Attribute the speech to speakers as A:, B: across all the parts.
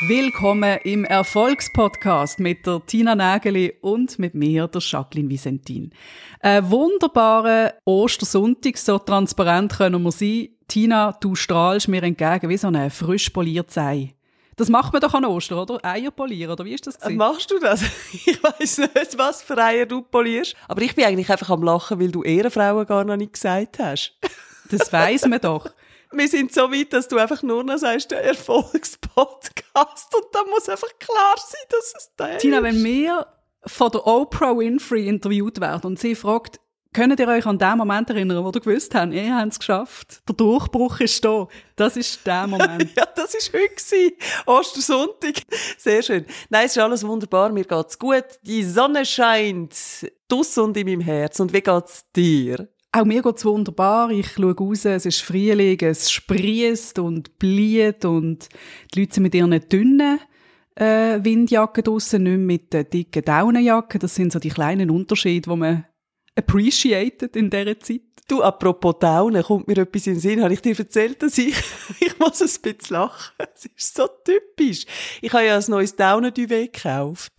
A: Willkommen im Erfolgspodcast mit der Tina Nägeli und mit mir, der Jacqueline Visentin. Ein wunderbarer Ostersonntag, so transparent können wir sein. Tina, du strahlst mir entgegen wie so ein frisch poliertes Ei. Das macht man doch an Ostern, oder? Eier polieren, oder wie ist das gewesen?
B: Machst du das? Ich weiss nicht, was für Eier du polierst. Aber ich bin eigentlich einfach am Lachen, weil du Ehrenfrauen gar noch nicht gesagt hast.
A: Das weiss man doch.
B: Wir sind so weit, dass du einfach nur noch sagst, der Erfolgspodcast. Und da muss einfach klar sein, dass es der ist.
A: Tina, wenn wir von der Oprah Winfrey interviewt werden und sie fragt, könnt ihr euch an den Moment erinnern, wo ihr gewusst habt, ihr habt es geschafft, der Durchbruch ist da. Das ist der Moment.
B: Ja, das war heute, Ostersonntag. Sehr schön. Nein, es ist alles wunderbar, mir geht's gut. Die Sonne scheint draussen und in meinem Herz. Und wie geht's dir?
A: Auch mir geht's wunderbar. Ich schaue raus, es ist Frühling, es sprießt und blüht und die Leute sind mit ihren dünnen Windjacken draussen, nicht mit den dicken Daunenjacken. Das sind so die kleinen Unterschiede, die man appreciated in dieser Zeit.
B: Du, apropos Daunen, kommt mir etwas in den Sinn. Habe ich dir erzählt, dass ich muss ein bisschen lachen. Es ist so typisch. Ich habe ja ein neues Daunenduvet gekauft.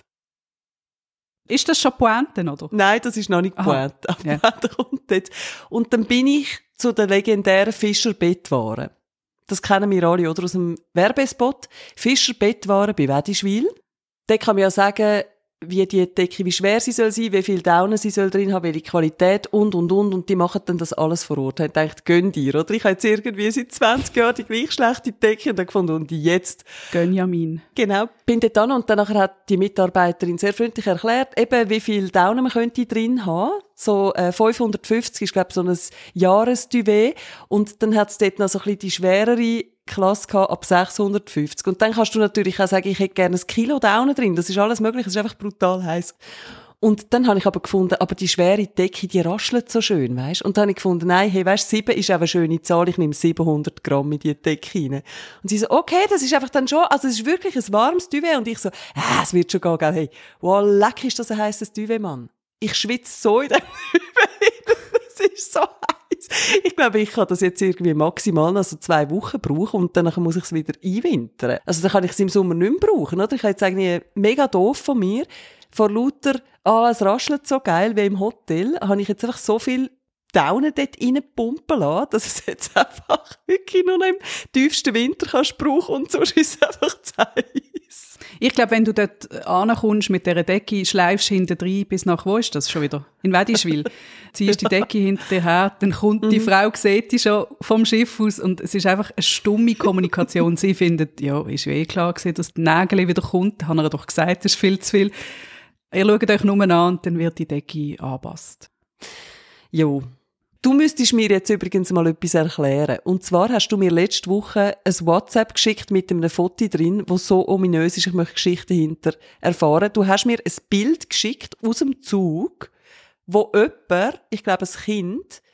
A: Ist das schon Pointe, oder?
B: Nein, das ist noch nicht Pointe.
A: Ja.
B: Pointe kommt jetzt. Und dann bin ich zu der legendären Fischer Bettwaren. Das kennen wir alle, oder? Aus dem Werbespot. Fischer Bettwaren bei Wädischwil. Da kann man ja sagen, wie die Decke, wie schwer sie soll sein, wie viel Daunen sie soll drin haben, welche Qualität und. Und die machen dann das alles vor Ort. Ich dachte, gönn dir, oder? Ich habe jetzt irgendwie seit 20 Jahren die gleich schlechte Decke und dann gefunden, und jetzt.
A: Gönjamin.
B: Genau. Bin dort an und dann hat die Mitarbeiterin sehr freundlich erklärt, eben, wie viel Daunen man könnte drin haben. So, 550 ist, glaube ich, so ein Jahresduvet. Und dann hat es dort noch so ein bisschen die schwerere Klasse gehabt, ab 650. Und dann kannst du natürlich auch sagen, ich hätte gerne ein Kilo Daunen drin. Das ist alles möglich, es ist einfach brutal heiß. Und dann habe ich aber gefunden, aber die schwere Decke, die raschelt so schön, weisst? Und dann habe ich gefunden, nein, hey, weisst, 7 ist auch eine schöne Zahl, ich nehme 700 Gramm in die Decke rein. Und sie so, okay, das ist einfach dann schon, also es ist wirklich ein warmes Duvet. Und ich so, es wird schon gehen, gell, hey, wow, leck ist das ein heisses Duvet, Mann. Ich schwitze so in dem Duvet, das ist so heiß. Ich glaube, ich kann das jetzt irgendwie maximal noch so 2 Wochen brauchen und dann muss ich es wieder einwintern. Also dann kann ich es im Sommer nicht mehr brauchen, oder? Ich habe jetzt eigentlich mega doof von mir, vor lauter, es raschelt so geil wie im Hotel, habe ich jetzt einfach so viel Daunen dort reinpumpen lassen, dass es jetzt einfach wirklich nur noch im tiefsten Winter kannst brauchen und sonst ist es einfach zu heiß.
A: Ich glaube, wenn du dort ankommst mit dieser Decke, schleifst hinten rein bis nach, wo ist das schon wieder? In Wädischwil. Ziehst die Decke hinter dir her, dann kommt die Frau, sieht dich schon vom Schiff aus und es ist einfach eine stumme Kommunikation. Sie findet, ja, ist ja klar gewesen, dass der Nägel wieder kommt. Haben ihr doch gesagt, das ist viel zu viel. Ihr schaut euch nur an und dann wird die Decke angepasst.
B: Jo. Du müsstest mir jetzt übrigens mal etwas erklären. Und zwar hast du mir letzte Woche ein WhatsApp geschickt mit einem Foto drin, wo so ominös ist, ich möchte Geschichten hinter erfahren. Du hast mir ein Bild geschickt aus dem Zug, wo jemand, ich glaube ein Kind,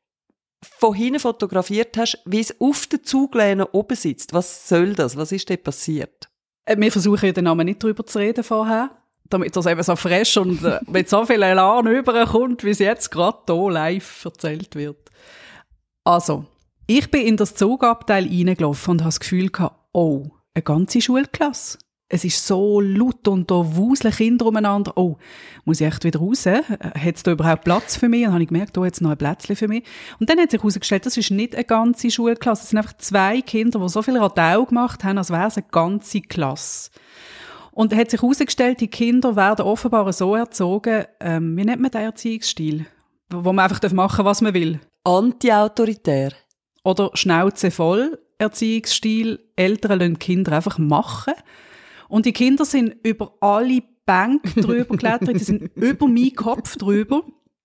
B: von hinten fotografiert hast, wie es auf der Zuglehne oben sitzt. Was soll das? Was ist dort passiert?
A: Wir versuchen den Namen nicht drüber zu reden vorher, damit das eben so fresh und mit so viel Elan rüberkommt, wie es jetzt gerade hier live erzählt wird. Also, ich bin in das Zugabteil reingelaufen und habe das Gefühl gehabt, oh, eine ganze Schulklasse. Es ist so laut und da wuseln Kinder umeinander. Oh, muss ich echt wieder raus? Hat es da überhaupt Platz für mich? Und dann habe ich gemerkt, da hat es noch ein Plätzchen für mich. Und dann hat sich herausgestellt, das ist nicht eine ganze Schulklasse. Es sind einfach 2 Kinder, die so viel Radau gemacht haben, als wäre es eine ganze Klasse. Und hat sich herausgestellt, die Kinder werden offenbar so erzogen, wie nennt man den Erziehungsstil? Wo man einfach machen darf, was man will.
B: Anti-autoritär.
A: Oder Schnauze voll Erziehungsstil. Eltern lassen die Kinder einfach machen. Und die Kinder sind über alle Bänke drüber geklettert, die sind über meinen Kopf drüber.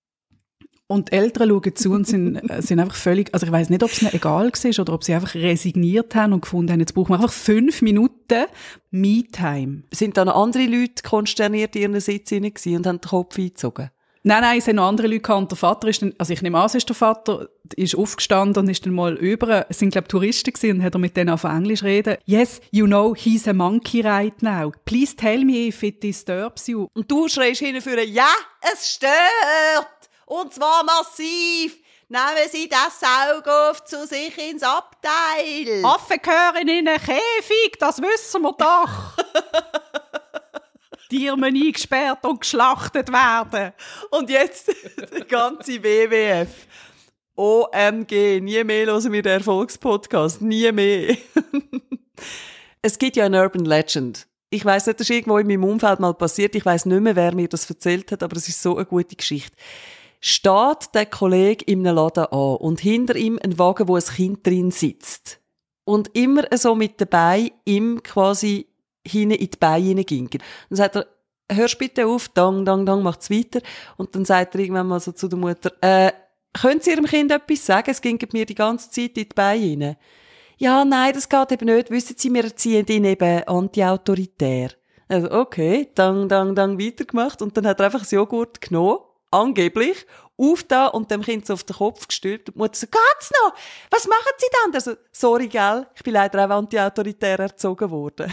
A: Und die Eltern schauen zu und sind einfach völlig, also ich weiss nicht, ob es ihnen egal war oder ob sie einfach resigniert haben und gefunden haben, jetzt brauchen wir einfach 5 Minuten Me-Time.
B: Sind da noch andere Leute konsterniert in ihren Sitz hinein und haben den Kopf eingezogen?
A: Nein, es sind noch andere Leute gehabt. Und der Vater ist dann, also ich nehme an, es ist der Vater, ist aufgestanden und ist dann mal über, es sind, glaube ich, Touristen gewesen und hat er mit denen auf Englisch reden. Yes, you know, he's a monkey right now. Please tell me if it disturbs you.
B: Und du schreist hinführen, ja, es stört! Und zwar massiv! Nehmen Sie das Saugoff zu sich ins Abteil.
A: Affen gehören in einen Käfig, das wissen wir doch. Tiere müssen eingesperrt und geschlachtet werden.
B: Und jetzt der ganze WWF. OMG, nie mehr hören wir den Erfolgspodcast, nie mehr. Es gibt ja eine Urban Legend. Ich weiss nicht, das ist irgendwo in meinem Umfeld mal passiert. Ich weiss nicht mehr, wer mir das erzählt hat, aber es ist so eine gute Geschichte. Steht der Kollege in einem Laden an und hinter ihm ein Wagen, wo ein Kind drin sitzt. Und immer so mit den Beinen ihm quasi hinten in die Beine hineingingen. Dann sagt er, hörst bitte auf, dang, dang, dang, macht's weiter. Und dann sagt er irgendwann mal so zu der Mutter, können Sie Ihrem Kind etwas sagen? Es ging mir die ganze Zeit in die Beine hinein. Ja, nein, das geht eben nicht. Wissen Sie, wir erziehen ihn eben anti-autoritär. Also, okay, dang, dang, dang, weitergemacht. Und dann hat er einfach das Joghurt genommen, angeblich, aufgetan und dem Kind so auf den Kopf gestülpt. Und die Mutter so, geht's noch? Was machen Sie dann? Also, sorry, gell? Ich bin leider auch anti-autoritär erzogen worden.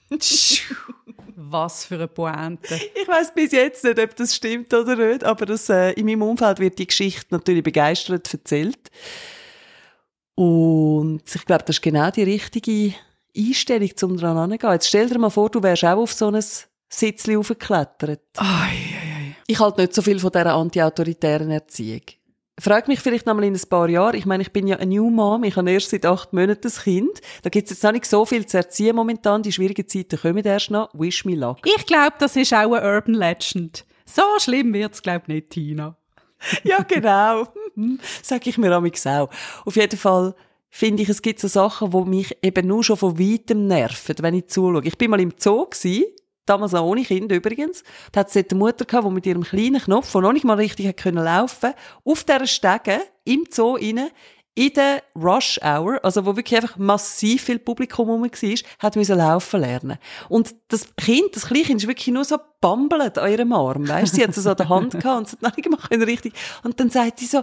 A: Was für eine Pointe.
B: Ich weiss bis jetzt nicht, ob das stimmt oder nicht, aber in meinem Umfeld wird die Geschichte natürlich begeistert erzählt. Und ich glaube, das ist genau die richtige Einstellung, um daran heranzugehen. Jetzt stell dir mal vor, du wärst auch auf so ein Sitzchen hochgeklettert. Ich halte nicht so viel von dieser anti-autoritären Erziehung. Frag mich vielleicht noch mal in ein paar Jahren. Ich meine, ich bin ja eine New Mom. Ich habe erst seit 8 Monaten ein Kind. Da gibt es jetzt noch nicht so viel zu erziehen momentan. Die schwierigen Zeiten kommen erst noch. Wish me luck.
A: Ich glaube, das ist auch eine Urban Legend. So schlimm wird's, glaube ich, nicht, Tina.
B: Ja, genau. Sag ich mir amigs auch. Auf jeden Fall finde ich, es gibt so Sachen, die mich eben nur schon von weitem nerven, wenn ich zuschaue. Ich bin mal im Zoo gewesen, damals auch ohne Kind übrigens. Da hat es dort eine Mutter gehabt, die mit ihrem kleinen Knopf, der noch nicht mal richtig hat können laufen, auf dieser Stege im Zoo rein, in der Rush Hour, also wo wirklich einfach massiv viel Publikum rum war, hat müssen laufen lernen. Und das Kleinkind, ist wirklich nur so bambelt an ihrem Arm, weisst? Sie hat es so an der Hand gehabt und sie hat noch nicht gemacht, richtig. Und dann sagt sie so,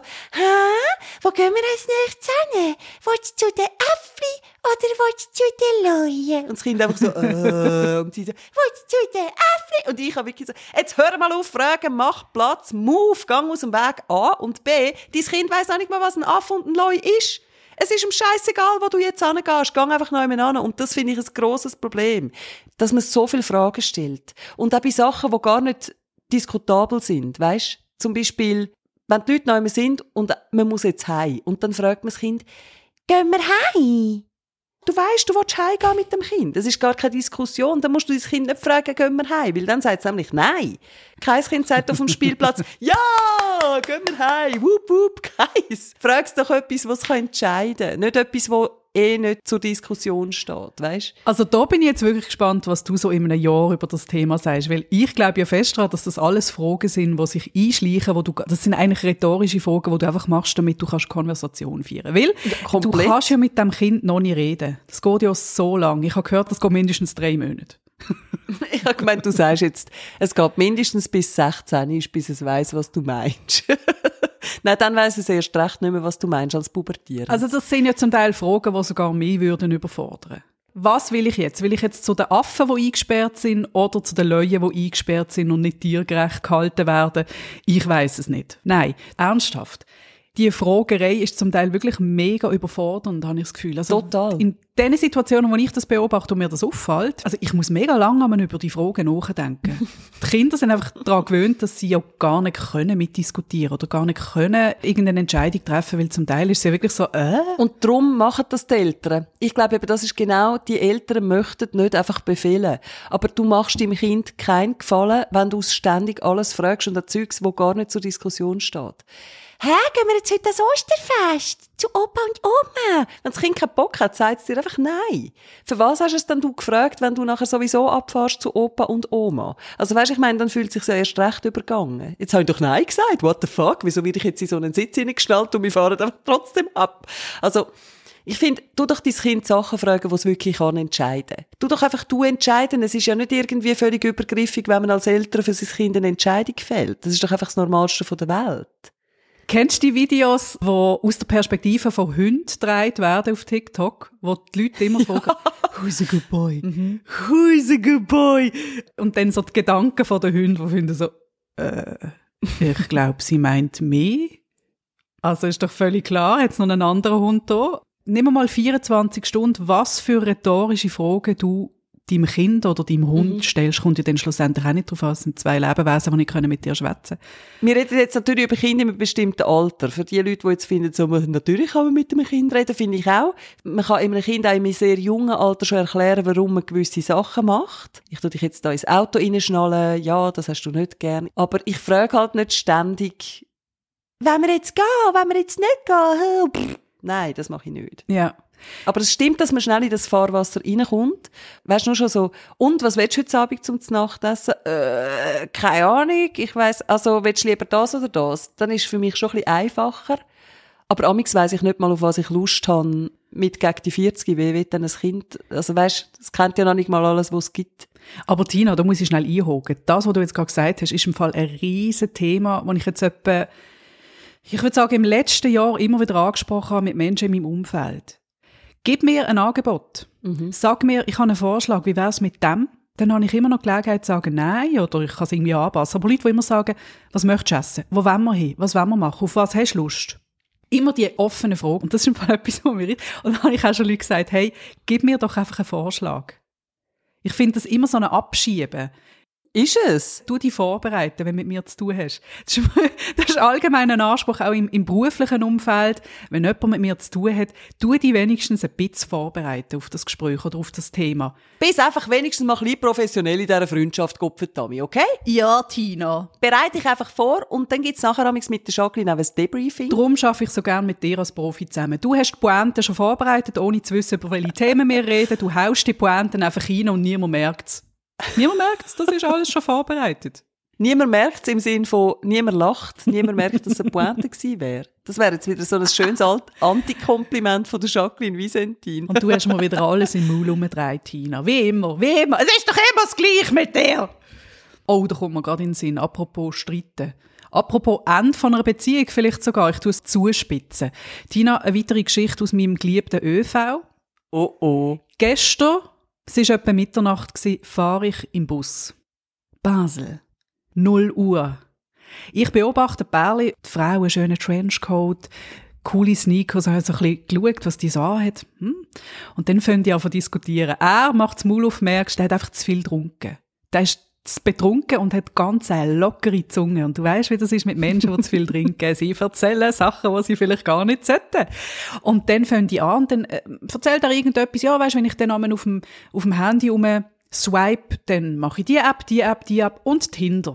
B: wo gehen wir als nächstes hin? Willst du zu den Äffli oder willst du zu den Leuen? Und das Kind einfach so, und sie so, willst du zu den Äffli? Und ich habe wirklich so, jetzt hör mal auf, fragen, mach Platz, move, gang aus dem Weg, A. Und B, dein Kind weiss noch nicht mal, was ein Affe und ein Leu ist. Es ist ihm scheissegal, wo du jetzt hingehst. Geh einfach noch einmal hin. Und das finde ich ein grosses Problem. Dass man so viele Fragen stellt. Und auch bei Sachen, die gar nicht diskutabel sind. Weisst? Zum Beispiel, wenn die Leute noch einmal sind und man muss jetzt heim. Und dann fragt man das Kind, gehen wir heim? Du weisst, du willst heimgehen mit dem Kind. Das ist gar keine Diskussion. Dann musst du dein Kind nicht fragen, gehen wir heim? Weil dann sagt es nämlich nein. Kein Kind sagt auf dem Spielplatz, ja, gehen wir heim. Wup, wup, keins. Fragst doch etwas, was entscheiden kann. Nicht etwas, was nicht zur Diskussion steht, weisst?
A: Also da bin ich jetzt wirklich gespannt, was du so in einem Jahr über das Thema sagst, weil ich glaube ja fest daran, dass das alles Fragen sind, die sich einschleichen, das sind eigentlich rhetorische Fragen, die du einfach machst, damit du Konversation führen kannst. Weil du kannst ja mit dem Kind noch nicht reden. Das geht ja so lang. Ich habe gehört, das geht mindestens 3 Monate.
B: Ich habe gemeint, du sagst jetzt, es geht mindestens bis 16, bis es weiss, was du meinst. Nein, dann weiss es erst recht nicht mehr, was du meinst als Pubertieren.
A: Also das sind ja zum Teil Fragen, die sogar mich würden überfordern. Was will ich jetzt? Will ich jetzt zu den Affen, die eingesperrt sind, oder zu den Leuen, die eingesperrt sind und nicht tiergerecht gehalten werden? Ich weiss es nicht. Nein, ernsthaft. Die Fragerei ist zum Teil wirklich mega überfordernd, habe ich das Gefühl. Also
B: total.
A: In den Situationen, wo ich das beobachte und mir das auffällt, also ich muss mega lange über die Fragen nachdenken. Die Kinder sind einfach daran gewöhnt, dass sie ja gar nicht können mitdiskutieren oder gar nicht können irgendeine Entscheidung treffen, weil zum Teil ist es ja wirklich so,
B: Und darum machen das die Eltern. Ich glaube eben, das ist genau, die Eltern möchten nicht einfach befehlen. Aber du machst deinem Kind keinen Gefallen, wenn du es ständig alles fragst und an Zeugs, wo gar nicht zur Diskussion steht. Gehen wir jetzt heute das Osterfest? Zu Opa und Oma? Wenn das Kind keinen Bock hat, sagt es dir einfach nein. Für was hast du es dann gefragt, wenn du nachher sowieso abfährst zu Opa und Oma? Also weisst, ich meine, dann fühlt es sich ja erst recht übergangen. Jetzt habe ich doch nein gesagt. What the fuck? Wieso werde ich jetzt in so einen Sitz hineingestellt und wir fahren einfach trotzdem ab? Also, ich finde, tu doch dein Kind Sachen fragen, die es wirklich entscheiden kann. Tu doch einfach du entscheiden. Es ist ja nicht irgendwie völlig übergriffig, wenn man als Eltern für sein Kind eine Entscheidung fällt. Das ist doch einfach das Normalste der Welt.
A: Kennst du die Videos, die aus der Perspektive von Hunden gedreht werden auf TikTok, wo die Leute immer fragen, who's a good boy? Who's a good boy? Und dann so die Gedanken von den Hunden, die finden so, ich glaube, sie meint mich. Also ist doch völlig klar, jetzt noch einen anderen Hund da. Nimm mal 24 Stunden, was für rhetorische Fragen du deinem Kind oder deinem Hund stellst, kommt ja dann schlussendlich auch nicht drauf an. Es sind zwei Lebewesen, die nicht mit dir schwätzen können.
B: Wir reden jetzt natürlich über Kinder in einem bestimmten Alter. Für die Leute, die jetzt finden, so, natürlich kann man mit einem Kind reden, finde ich auch. Man kann einem Kind auch in einem sehr jungen Alter schon erklären, warum man gewisse Sachen macht. Ich tue dich jetzt da ins Auto reinschnallen, ja, das hast du nicht gern. Aber ich frage halt nicht ständig, wollen wir jetzt gehen, wollen wir jetzt nicht gehen? Nein, das mache ich nicht.
A: Ja.
B: Aber es stimmt, dass man schnell in das Fahrwasser reinkommt. Weißt du, nur schon so, und was willst du heute Abend zum Nachtessen? Keine Ahnung, ich weiss, also willst du lieber das oder das? Dann ist es für mich schon ein bisschen einfacher. Aber amigs weiss ich nicht mal, auf was ich Lust habe, mit gegen die 40, wie will dann ein Kind, also weisst, das kennt ja noch nicht mal alles, was es gibt.
A: Aber Tina, da muss ich schnell einhaken. Das, was du jetzt gerade gesagt hast, ist im Fall ein riesen Thema, das ich jetzt etwa, ich würde sagen, im letzten Jahr immer wieder angesprochen habe mit Menschen in meinem Umfeld. Gib mir ein Angebot. Sag mir, ich habe einen Vorschlag, wie wär's mit dem? Dann habe ich immer noch die Gelegenheit zu sagen, nein, oder ich kann es irgendwie anpassen. Aber Leute, die immer sagen, was möchtest du essen? Wo wollen wir hin? Was wollen wir machen? Auf was hast du Lust? Immer die offenen Fragen. Und das ist im Fall etwas, was mir... Und dann habe ich auch schon Leute gesagt, hey, gib mir doch einfach einen Vorschlag. Ich finde das immer so ein Abschieben.
B: Ist es?
A: Du dich vorbereiten, wenn du mit mir zu tun hast. Das ist allgemein ein Anspruch, auch im beruflichen Umfeld. Wenn jemand mit mir zu tun hat, tu dich wenigstens ein bisschen vorbereiten auf das Gespräch oder auf das Thema.
B: Bist einfach wenigstens mal ein bisschen professionell in dieser Freundschaft, Gopfetami, okay?
A: Ja, Tina.
B: Bereite dich einfach vor und dann gibt es nachher mit der Jacqueline auch ein Debriefing.
A: Darum arbeite ich so gerne mit dir als Profi zusammen. Du hast die Pointen schon vorbereitet, ohne zu wissen, über welche Themen wir reden. Du haust die Pointen einfach rein und niemand merkt es. Niemand merkt es, das ist alles schon vorbereitet.
B: Niemand merkt es im Sinne von, niemand lacht, niemand merkt, dass es eine Pointe gewesen wäre. Das wäre jetzt wieder so ein schönes Antikompliment von der Jacqueline Visentin.
A: Und du hast mir wieder alles im Maul umgedreht, Tina. Wie immer, wie immer. Es ist doch immer das Gleiche mit dir. Oh, da kommt mir gerade in den Sinn, apropos Streiten. Apropos Ende von einer Beziehung vielleicht sogar, ich tue es zuspitzen. Tina, eine weitere Geschichte aus meinem geliebten ÖV.
B: Oh oh.
A: Gestern, es war etwa Mitternacht, fahre ich im Bus. Basel. 0 Uhr. Ich beobachte Bärli, die Frau, einen schönen Trenchcoat, coole Sneakers, habe so ein bisschen geschaut, was die so anhat. Und dann fangen die an zu diskutieren. Er macht das Maul auf, merkst, der hat einfach zu viel getrunken. Der ist betrunken und hat ganz eine lockere Zunge. Und du weißt, wie das ist mit Menschen, die zu viel trinken. Sie erzählen Sachen, die sie vielleicht gar nicht sollten. Und dann fangen die an, und dann erzählt er irgendetwas. Ja, weißt, wenn ich dann einmal auf dem Handy swipe, dann mache ich die App und Tinder.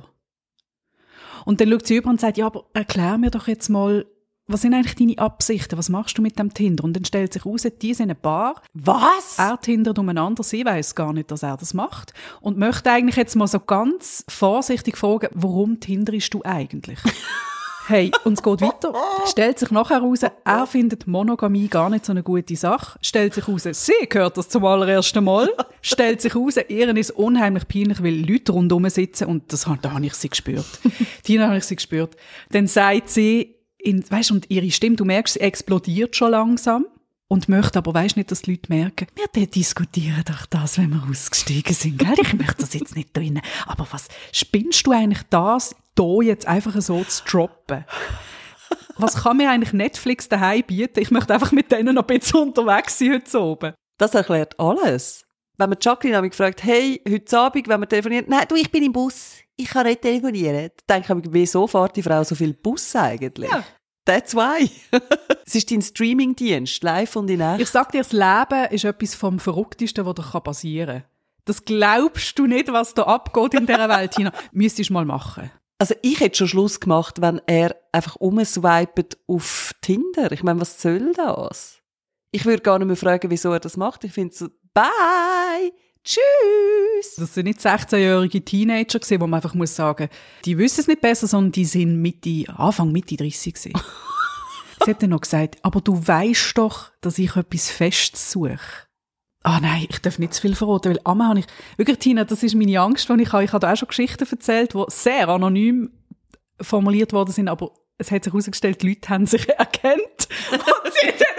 A: Und dann schaut sie über und sagt, ja, aber erklär mir doch jetzt mal, was sind eigentlich deine Absichten? Was machst du mit dem Tinder? Und dann stellt sich raus, die sind ein Paar.
B: Was?
A: Er tindert umeinander, sie weiss gar nicht, dass er das macht. Und möchte eigentlich jetzt mal so ganz vorsichtig fragen, warum tinderst du eigentlich? Hey, und es geht weiter. Stellt sich nachher raus, er findet Monogamie gar nicht so eine gute Sache. Stellt sich raus, sie hört das zum allerersten Mal. Stellt sich raus, ihr ist unheimlich peinlich, weil Leute rundherum sitzen. Und da habe ich sie gespürt. Tina habe ich sie gespürt. Dann sagt sie, weißt, und ihre Stimme, du merkst, sie explodiert schon langsam. Und möchte aber, weisst nicht, dass die Leute merken, wir diskutieren doch das, wenn wir ausgestiegen sind, gell? Ich möchte das jetzt nicht drinnen. Aber was, spinnst du eigentlich das hier jetzt einfach so zu droppen? Was kann mir eigentlich Netflix daheim bieten? Ich möchte einfach mit denen noch ein bisschen unterwegs sein heute oben.
B: Das erklärt alles. Wenn man Jacqueline mich fragt, hey, heute Abend, wenn wir telefonieren, nein, du, ich bin im Bus, ich kann nicht telefonieren. Dann denke ich, wieso fährt die Frau so viel Bus eigentlich? Ja. That's why. Es ist dein Streamingdienst, live und in echt.
A: Ich sag dir, das Leben ist etwas vom Verrücktesten, was dir passieren kann. Das glaubst du nicht, was da abgeht in dieser Welt, Tina. Müsstest du mal machen.
B: Also ich hätte schon Schluss gemacht, wenn er einfach umswipet auf Tinder. Ich meine, was soll das? Ich würde gar nicht mehr fragen, wieso er das macht. Ich finde so, bye, tschüss.
A: Das sind nicht 16-jährige Teenager gewesen, wo man einfach muss sagen, die wissen es nicht besser, sondern die sind Anfang Mitte 30 gewesen. Sie hat dann noch gesagt, aber du weisst doch, dass ich etwas Festes suche. Ah nein, ich darf nicht zu viel verraten, weil einmal habe ich, wirklich Tina, das ist meine Angst, die ich habe. Ich habe da auch schon Geschichten erzählt, die sehr anonym formuliert worden sind, aber es hat sich herausgestellt, die Leute haben sich erkannt und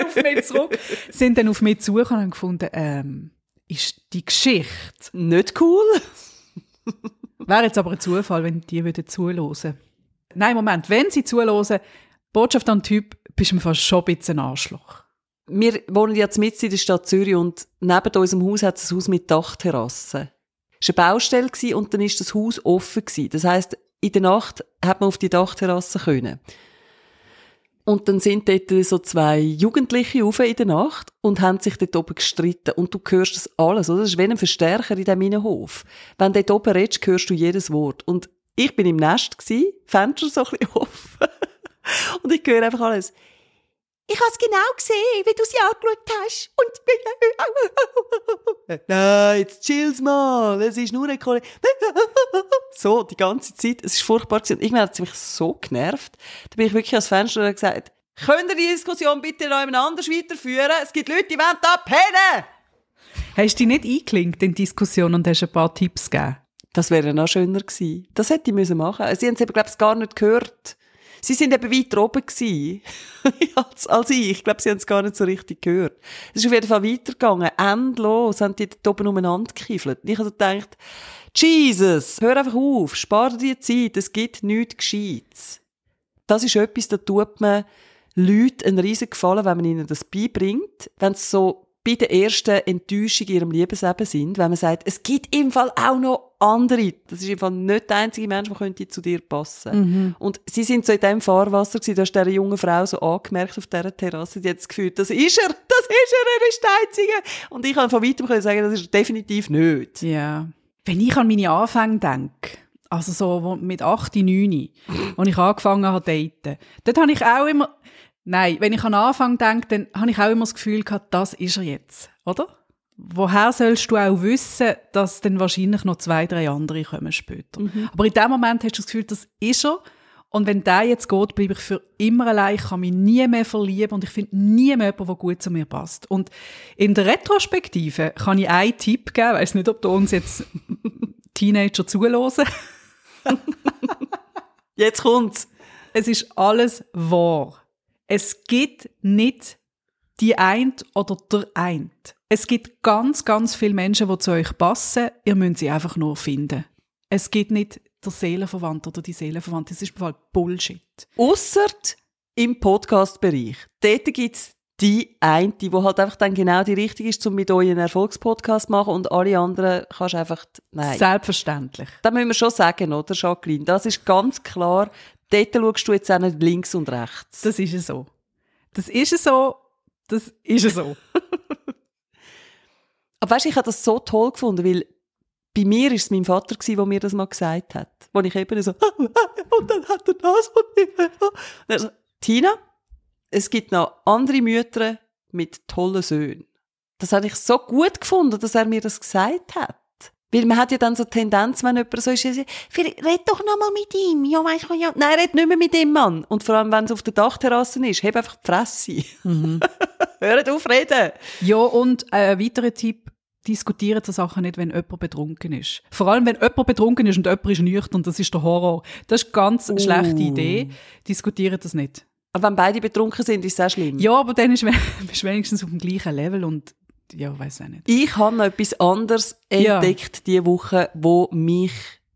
A: sind dann auf mich zugekommen und haben gefunden, ist die Geschichte
B: nicht cool?
A: Wäre jetzt aber ein Zufall, wenn die zuhören würden. Nein, Moment, wenn sie zuhören, Botschaft an den Typ, bist mir fast schon ein bisschen ein Arschloch.
B: Wir wohnen jetzt mitten in der Stadt Zürich und neben unserem Haus hat es ein Haus mit Dachterrasse. Es war eine Baustelle und dann war das Haus offen. Das heisst, in der Nacht hat man auf die Dachterrasse können. Und dann sind dort so 2 Jugendliche rauf in der Nacht und haben sich dort oben gestritten. Und du hörst das alles, oder? Das ist wie ein Verstärker in diesem Innenhof. Wenn du dort oben redest, hörst du jedes Wort. Und ich bin im Nest gsi, Fenster so ein bisschen offen. Und ich höre einfach alles. Ich habe es genau gesehen, wie du sie angeschaut hast. Und nein, jetzt chill's mal. Es ist nur ein Kollege. So, die ganze Zeit. Es ist furchtbar gewesen. Und irgendwann hat es mich so genervt. Da bin ich wirklich ans Fenster und gesagt, könnt ihr die Diskussion bitte noch jemand anders weiterführen? Es gibt Leute, die wollen da pennen.
A: Hast du dich nicht eingeklinkt in die Diskussion und hast ein paar Tipps gegeben?
B: Das wäre noch schöner gewesen. Das hätte ich machen müssen. Sie haben es eben, glaube ich, gar nicht gehört. Sie sind eben weiter oben gewesen als ich. Ich glaube, sie haben es gar nicht so richtig gehört. Es ist auf jeden Fall weitergegangen. Endlos haben die dort oben umeinander gekiffelt. Ich habe gedacht, Jesus, hör einfach auf, spar dir die Zeit, es gibt nichts Gescheites. Das ist etwas, da tut man Leuten einen riesen Gefallen, wenn man ihnen das beibringt, wenn es so bei der ersten Enttäuschung in ihrem Lebensleben sind, wenn man sagt, es gibt im Fall auch noch andere. Das ist im Fall nicht der einzige Mensch, der könnte zu dir passen. Mhm. Und sie sind so in diesem Fahrwasser gewesen, da hast du dieser jungen Frau so angemerkt auf dieser Terrasse, die hat das Gefühl, das ist er, er ist der Einzige. Und ich kann von weitem sagen, das ist er definitiv nicht.
A: Ja. Wenn ich an meine Anfänge denke, also so mit 8, 9, als ich angefangen habe zu daten, dort habe ich auch immer, nein, wenn ich an den Anfang denke, dann habe ich auch immer das Gefühl gehabt, das ist er jetzt, oder? Woher sollst du auch wissen, dass dann wahrscheinlich noch 2, 3 andere kommen später? Mhm. Aber in dem Moment hast du das Gefühl, das ist er. Und wenn der jetzt geht, bleibe ich für immer allein. Ich kann mich nie mehr verlieben und ich finde nie mehr jemanden, der gut zu mir passt. Und in der Retrospektive kann ich einen Tipp geben. Ich weiss nicht, ob da uns jetzt Teenager zuhören.
B: Jetzt kommt's.
A: Es ist alles wahr. Es gibt nicht die eine oder der eine. Es gibt ganz, ganz viele Menschen, die zu euch passen. Ihr müsst sie einfach nur finden. Es gibt nicht der Seelenverwandte oder die Seelenverwandte. Das ist im Fall Bullshit.
B: Ausser im Podcast-Bereich. Dort gibt's die eine, die halt einfach dann genau die richtige ist, um mit euch einen Erfolgspodcast zu machen und alle anderen kannst du einfach, nein.
A: Selbstverständlich.
B: Das müssen wir schon sagen, oder, Jacqueline? Das ist ganz klar. Dort schaust du jetzt auch nicht links und rechts.
A: Das ist es so. Das ist es so. Das ist es so.
B: Aber weisst, ich habe das so toll gefunden, weil bei mir war es mein Vater, der mir das mal gesagt hat. Wo ich eben so, und dann hat er das und also, Tina, es gibt noch andere Mütter mit tollen Söhnen. Das habe ich so gut gefunden, dass er mir das gesagt hat. Weil man hat ja dann so die Tendenz, wenn jemand so ist, red doch noch mal mit ihm. Ja, weißt du, ja. Nein, red nicht mehr mit dem Mann. Und vor allem, wenn es auf der Dachterrasse ist, heb einfach die Fresse. Mhm. Hört auf reden.
A: Ja, und ein weiterer Tipp, diskutieren so Sachen nicht, wenn jemand betrunken ist. Vor allem, wenn jemand betrunken ist und jemand ist nüchtern, das ist der Horror. Das ist eine ganz schlechte Idee. Diskutieren das nicht.
B: Aber wenn beide betrunken sind, ist es auch schlimm.
A: Ja, aber dann bist du wenigstens auf dem gleichen Level und ja, weiss auch nicht.
B: Ich habe noch etwas anderes entdeckt diese Woche, wo mich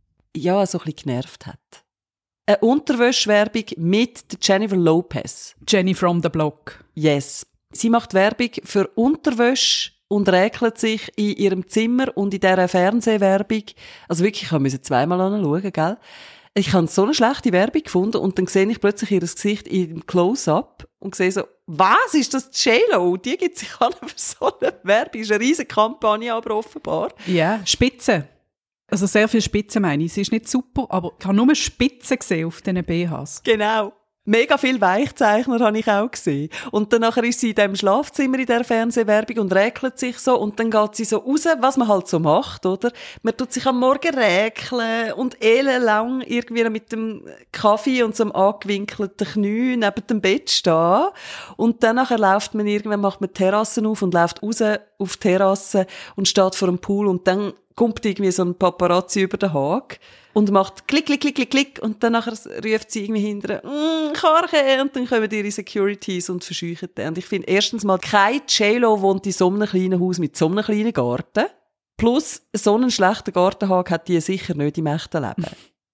B: ja so ein bisschen genervt hat. Eine Unterwäschwerbung mit Jennifer Lopez.
A: Jenny from the Block.
B: Yes. Sie macht Werbung für Unterwäsche und räkelt sich in ihrem Zimmer und in dieser Fernsehwerbung. Also wirklich, ich musste zweimal anschauen, gell? Ich habe so eine schlechte Werbung gefunden und dann sehe ich plötzlich ihr Gesicht im Close-Up und sehe so, was ist das J-Lo? Die gibt sich an für so eine Werbung. Das ist eine riesige Kampagne, aber offenbar.
A: Ja, Spitze. Also sehr viel Spitze meine ich. Sie ist nicht super, aber ich habe nur Spitze gesehen auf diesen BHs.
B: Genau. Mega viel Weichzeichner habe ich auch gesehen. Und dann nachher ist sie in diesem Schlafzimmer in der Fernsehwerbung und räkelt sich so. Und dann geht sie so raus, was man halt so macht, oder? Man tut sich am Morgen räkeln und ellenlang irgendwie mit dem Kaffee und so einem angewinkelten Knie neben dem Bett stehen. Und dann nachher läuft man irgendwann, macht man die Terrassen auf und läuft raus auf die Terrasse und steht vor dem Pool. Und dann kommt irgendwie so ein Paparazzi über den Haag und macht klick, klick, klick, klick, klick und dann nachher ruft sie irgendwie hinterher, Karche, und dann kommen ihre Securities und verscheuchen den. Und ich finde, erstens mal, kein J-Lo wohnt in so einem kleinen Haus mit so einem kleinen Garten. Plus, so einen schlechten Gartenhag hat die sicher nicht im echten Leben.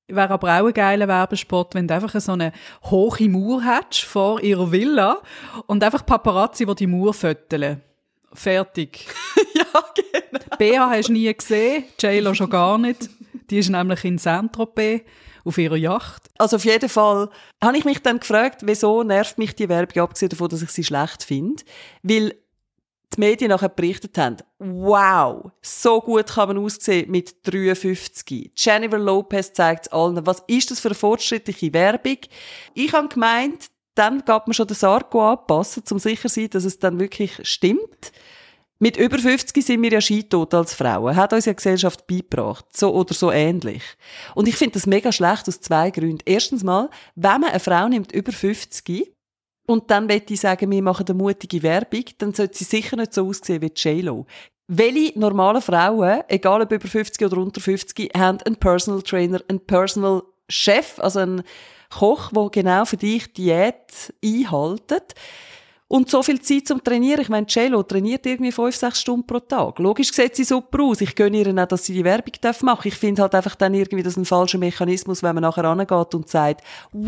A: wäre aber auch ein geiler Werbespot, wenn du einfach so eine hohe Mauer hättest vor ihrer Villa und einfach Paparazzi, die die Mauer föteln. Fertig.
B: Ja, genau.
A: Bea hast du nie gesehen, J-Lo schon gar nicht. Die ist nämlich in Saint-Tropez auf ihrer Yacht.
B: Also auf jeden Fall habe ich mich dann gefragt, wieso nervt mich die Werbung, abgesehen davon, dass ich sie schlecht finde. Weil die Medien nachher berichtet haben, wow, so gut kann man aussehen mit 53. Jennifer Lopez zeigt es allen. Was ist das für eine fortschrittliche Werbung? Ich habe gemeint, dann gab man schon den Sarko anpassen, um sicher zu sein, dass es dann wirklich stimmt. Mit über 50 sind wir ja scheintot als Frauen. Hat uns ja die Gesellschaft beigebracht. So oder so ähnlich. Und ich finde das mega schlecht aus 2 Gründen. Erstens mal, wenn man eine Frau nimmt über 50 und dann möchte ich sagen, wir machen eine mutige Werbung, dann sollte sie sicher nicht so aussehen wie J-Lo. Welche normalen Frauen, egal ob über 50 oder unter 50, haben einen Personal Trainer, einen Personal Chef, also einen Koch, der genau für dich Diät einhaltet. Und so viel Zeit zum Trainieren. Ich meine, J-Lo trainiert irgendwie 5-6 Stunden pro Tag. Logisch sieht sie super aus. Ich gönne ihr auch, dass sie die Werbung machen darf. Ich finde halt einfach dann irgendwie das ein falscher Mechanismus, wenn man nachher rangeht und sagt,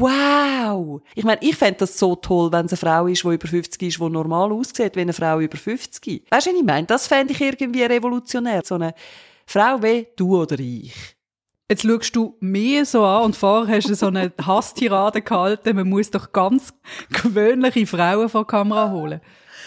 B: wow! Ich meine, ich fände das so toll, wenn es eine Frau ist, die über 50 ist, die normal aussieht wie eine Frau über 50. Weißt du, was ich meine? Das fände ich irgendwie revolutionär. So eine Frau wie du oder ich.
A: Jetzt schaust du mir so an und vorher hast du so eine Hasstirade gehalten, man muss doch ganz gewöhnliche Frauen vor die Kamera holen.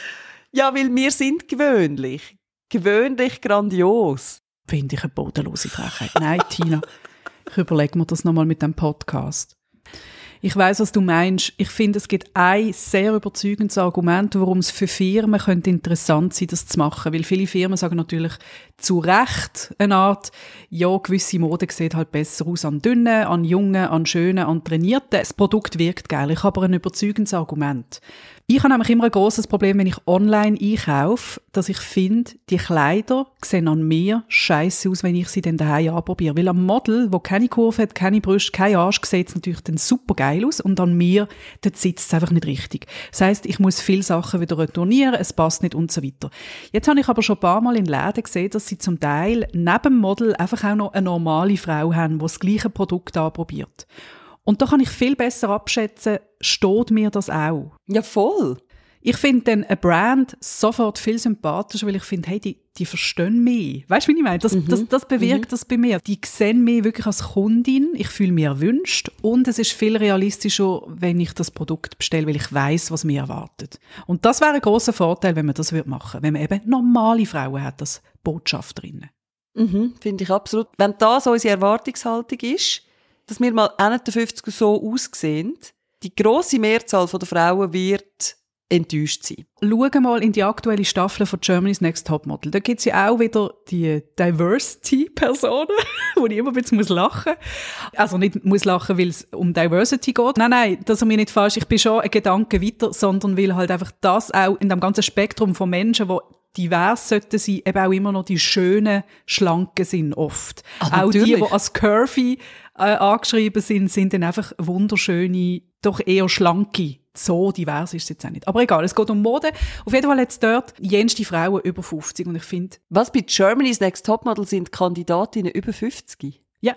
B: Ja, weil wir sind gewöhnlich. Gewöhnlich grandios.
A: Finde ich eine bodenlose Frechheit. Nein, Tina, ich überlege mir das nochmal mit dem Podcast. Ich weiss, was du meinst. Ich finde, es gibt ein sehr überzeugendes Argument, warum es für Firmen könnte interessant sein, das zu machen. Weil viele Firmen sagen natürlich zu Recht eine Art, ja, gewisse Mode sieht halt besser aus an dünnen, an jungen, an schönen, an trainierten. Das Produkt wirkt geil. Ich habe aber ein überzeugendes Argument. Ich habe nämlich immer ein grosses Problem, wenn ich online einkaufe, dass ich finde, die Kleider sehen an mir scheisse aus, wenn ich sie dann daheim anprobiere. Weil am Model, wo keine Kurve hat, keine Brüste, kein Arsch, sieht es natürlich dann super geil aus und an mir, dort sitzt es einfach nicht richtig. Das heisst, ich muss viele Sachen wieder retournieren, es passt nicht und so weiter. Jetzt habe ich aber schon ein paar Mal in Läden gesehen, dass sie zum Teil neben dem Model einfach auch noch eine normale Frau haben, die das gleiche Produkt anprobiert. Und da kann ich viel besser abschätzen, steht mir das auch?
B: Ja, voll.
A: Ich finde dann eine Brand sofort viel sympathischer, weil ich finde, hey, die verstehen mich. Weißt du, wie ich meine? Das bewirkt das bei mir. Die sehen mich wirklich als Kundin, ich fühle mich erwünscht und es ist viel realistischer, wenn ich das Produkt bestelle, weil ich weiss, was mir erwartet. Und das wäre ein grosser Vorteil, wenn man das machen würde, wenn man eben normale Frauen hat als Botschafterinnen.
B: Finde ich absolut. Wenn das unsere Erwartungshaltung ist, dass wir mal Ende der 50er so aussehen, die grosse Mehrzahl der Frauen wird enttäuscht sein.
A: Schau mal in die aktuelle Staffel von Germany's Next Topmodel. Da gibt es ja auch wieder die Diversity-Personen, wo ich immer ein bisschen lachen muss. Also nicht muss lachen, weil es um Diversity geht. Nein, das ist mir nicht falsch. Ich bin schon ein Gedanke weiter, sondern weil halt einfach das auch in dem ganzen Spektrum von Menschen, die divers sollten sein, eben auch immer noch die schönen, schlanken sind oft. Auch die als curvy angeschrieben sind dann einfach wunderschöne, doch eher schlanke. So divers ist es jetzt auch nicht. Aber egal, es geht um Mode. Auf jeden Fall jetzt dort jenste Frauen über 50 und ich finde...
B: Was, bei Germany's Next Topmodel sind Kandidatinnen über 50?
A: Ja.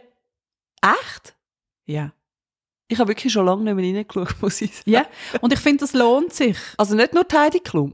B: Echt?
A: Ja.
B: Ich habe wirklich schon lange nicht mehr reingeschaut, muss ich sagen.
A: Ja, und ich finde, das lohnt sich.
B: Also nicht nur Heidi Klum.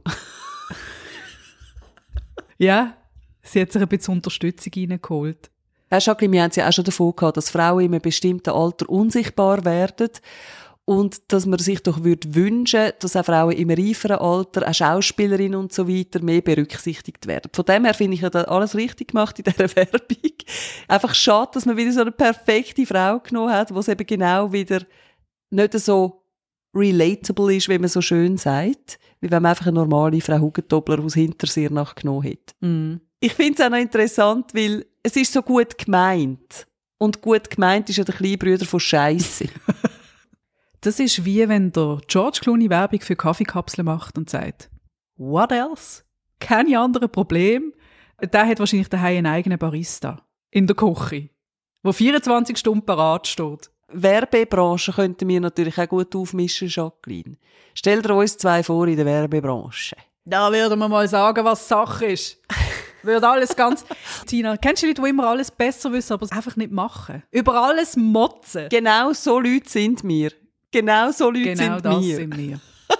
A: Ja, sie hat sich ein bisschen Unterstützung reingeholt.
B: Jacqueline, wir haben es ja auch schon davon gehabt, dass Frauen in einem bestimmten Alter unsichtbar werden und dass man sich doch wünschen würde, dass auch Frauen im reiferen Alter, auch Schauspielerinnen und so weiter, mehr berücksichtigt werden. Von dem her finde ich ja alles richtig gemacht in dieser Werbung. Einfach schade, dass man wieder so eine perfekte Frau genommen hat, die es eben genau wieder nicht so relatable ist, wie man so schön sagt, wie wenn man einfach eine normale Frau Hugentobler aus Hintersiernach genommen hat.
A: Mm.
B: Ich finde es auch noch interessant, weil es ist so gut gemeint. Und gut gemeint ist ja der kleine Bruder von Scheisse.
A: Das ist wie wenn der George Clooney Werbung für Kaffeekapseln macht und sagt, what else? Keine anderen Probleme. Der hat wahrscheinlich daheim einen eigenen Barista in der Küche, der 24 Stunden parat steht.
B: Werbebranche könnten wir natürlich auch gut aufmischen, Jacqueline. Stell dir uns 2 vor in der Werbebranche.
A: Da würden wir mal sagen, was Sache ist. Würde alles ganz... Tina, kennst du Leute, die immer alles besser wissen, aber es einfach nicht machen? Über alles motzen.
B: Genau so Leute sind wir. Genau so Leute
A: Genau
B: sind
A: das
B: wir.
A: sind wir.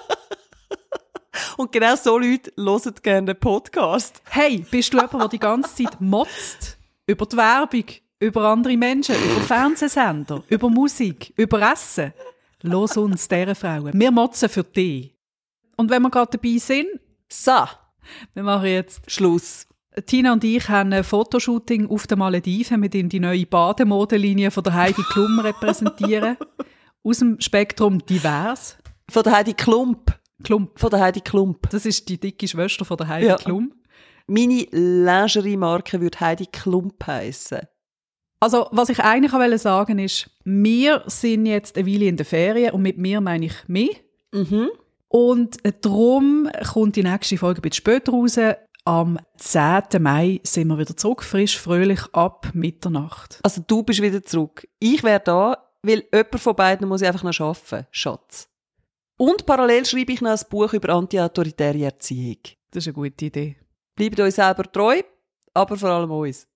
B: Und genau so Leute hören gerne den Podcast.
A: Hey, bist du jemand, der die ganze Zeit motzt? Über die Werbung, über andere Menschen, über Fernsehsender, über Musik, über Essen? Los uns, diese Frauen. Wir motzen für dich. Und wenn wir gerade dabei sind,
B: So,
A: wir machen jetzt...
B: Schluss.
A: Tina und ich haben ein Fotoshooting auf den Malediven mit ihm die neue Bademodelinie von der Heidi Klum repräsentieren. Aus dem Spektrum divers.
B: Von der Heidi Klump. Von der Heidi Klump.
A: Das ist die dicke Schwester von der Heidi Klum.
B: Meine Lingerie-Marke würde Heidi Klump heissen.
A: Also, was ich eigentlich auch sagen wollte, ist, wir sind jetzt eine Weile in der Ferien und mit mir meine ich mich.
B: Mhm.
A: Und darum kommt die nächste Folge ein bisschen später raus. Am 10. Mai sind wir wieder zurück, frisch, fröhlich, ab Mitternacht.
B: Also du bist wieder zurück. Ich wäre da, weil jemand von beiden muss ich einfach noch arbeiten. Schatz. Und parallel schreibe ich noch ein Buch über antiautoritäre Erziehung.
A: Das ist eine gute Idee.
B: Bleibt euch selber treu, aber vor allem uns.